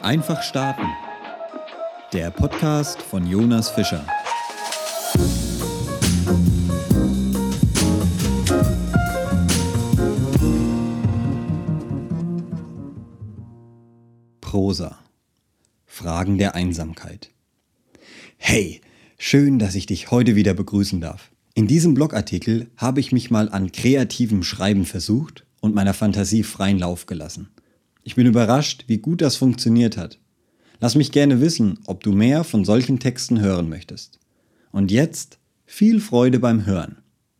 Einfach starten. Der Podcast von Jonas Fischer. Prosa. Fragen der Einsamkeit. Hey, schön, dass ich dich heute wieder begrüßen darf. In diesem Blogartikel habe ich mich mal an kreativem Schreiben versucht und meiner Fantasie freien Lauf gelassen. Ich bin überrascht, wie gut das funktioniert hat. Lass mich gerne wissen, ob du mehr von solchen Texten hören möchtest. Und jetzt viel Freude beim Hören.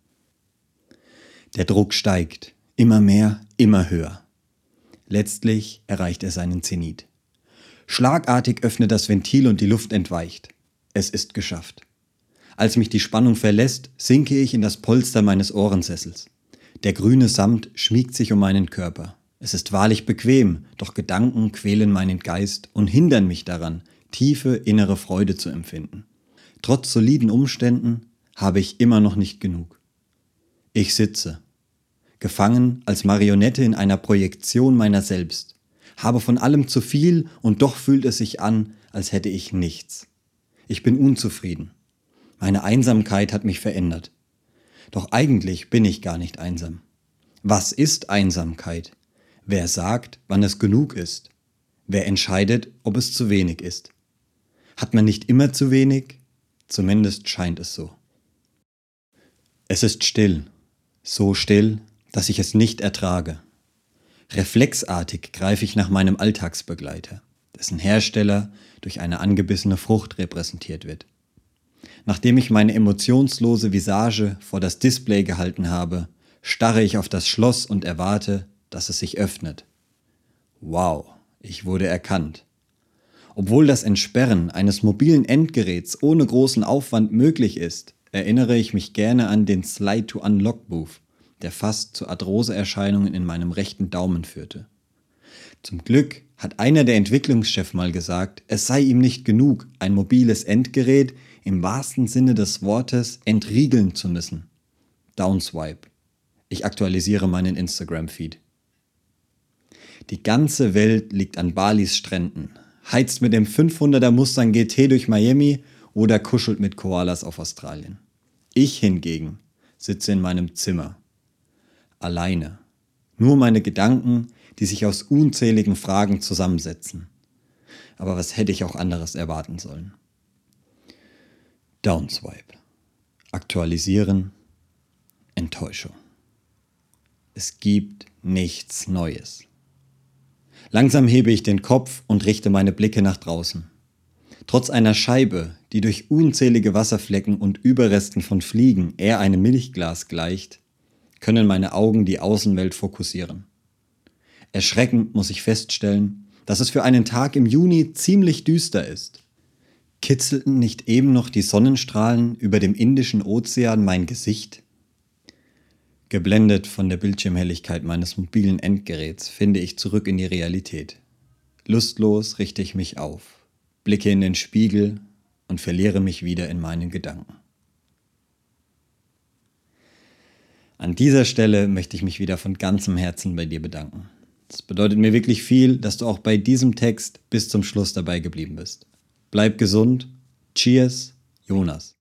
Der Druck steigt, immer mehr, immer höher. Letztlich erreicht er seinen Zenit. Schlagartig öffnet das Ventil und die Luft entweicht. Es ist geschafft. Als mich die Spannung verlässt, sinke ich in das Polster meines Ohrensessels. Der grüne Samt schmiegt sich um meinen Körper. Es ist wahrlich bequem, doch Gedanken quälen meinen Geist und hindern mich daran, tiefe innere Freude zu empfinden. Trotz soliden Umständen habe ich immer noch nicht genug. Ich sitze, gefangen als Marionette in einer Projektion meiner selbst, habe von allem zu viel und doch fühlt es sich an, als hätte ich nichts. Ich bin unzufrieden. Meine Einsamkeit hat mich verändert. Doch eigentlich bin ich gar nicht einsam. Was ist Einsamkeit? Wer sagt, wann es genug ist? Wer entscheidet, ob es zu wenig ist? Hat man nicht immer zu wenig? Zumindest scheint es so. Es ist still, so still, dass ich es nicht ertrage. Reflexartig greife ich nach meinem Alltagsbegleiter, dessen Hersteller durch eine angebissene Frucht repräsentiert wird. Nachdem ich meine emotionslose Visage vor das Display gehalten habe, starre ich auf das Schloss und erwarte, dass es sich öffnet. Wow, ich wurde erkannt. Obwohl das Entsperren eines mobilen Endgeräts ohne großen Aufwand möglich ist, erinnere ich mich gerne an den Slide-to-Unlock-Move, der fast zu Arthroseerscheinungen in meinem rechten Daumen führte. Zum Glück hat einer der Entwicklungschefs mal gesagt, es sei ihm nicht genug, ein mobiles Endgerät im wahrsten Sinne des Wortes entriegeln zu müssen. Downswipe. Ich aktualisiere meinen Instagram-Feed. Die ganze Welt liegt an Balis Stränden, heizt mit dem 500er Mustang GT durch Miami oder kuschelt mit Koalas auf Australien. Ich hingegen sitze in meinem Zimmer. Alleine. Nur meine Gedanken, die sich aus unzähligen Fragen zusammensetzen. Aber was hätte ich auch anderes erwarten sollen? Downswipe. Aktualisieren. Enttäuschung. Es gibt nichts Neues. Langsam hebe ich den Kopf und richte meine Blicke nach draußen. Trotz einer Scheibe, die durch unzählige Wasserflecken und Überresten von Fliegen eher einem Milchglas gleicht, können meine Augen die Außenwelt fokussieren. Erschreckend muss ich feststellen, dass es für einen Tag im Juni ziemlich düster ist. Kitzelten nicht eben noch die Sonnenstrahlen über dem Indischen Ozean mein Gesicht? Geblendet von der Bildschirmhelligkeit meines mobilen Endgeräts finde ich zurück in die Realität. Lustlos richte ich mich auf, blicke in den Spiegel und verliere mich wieder in meinen Gedanken. An dieser Stelle möchte ich mich wieder von ganzem Herzen bei dir bedanken. Es bedeutet mir wirklich viel, dass du auch bei diesem Text bis zum Schluss dabei geblieben bist. Bleib gesund. Cheers, Jonas.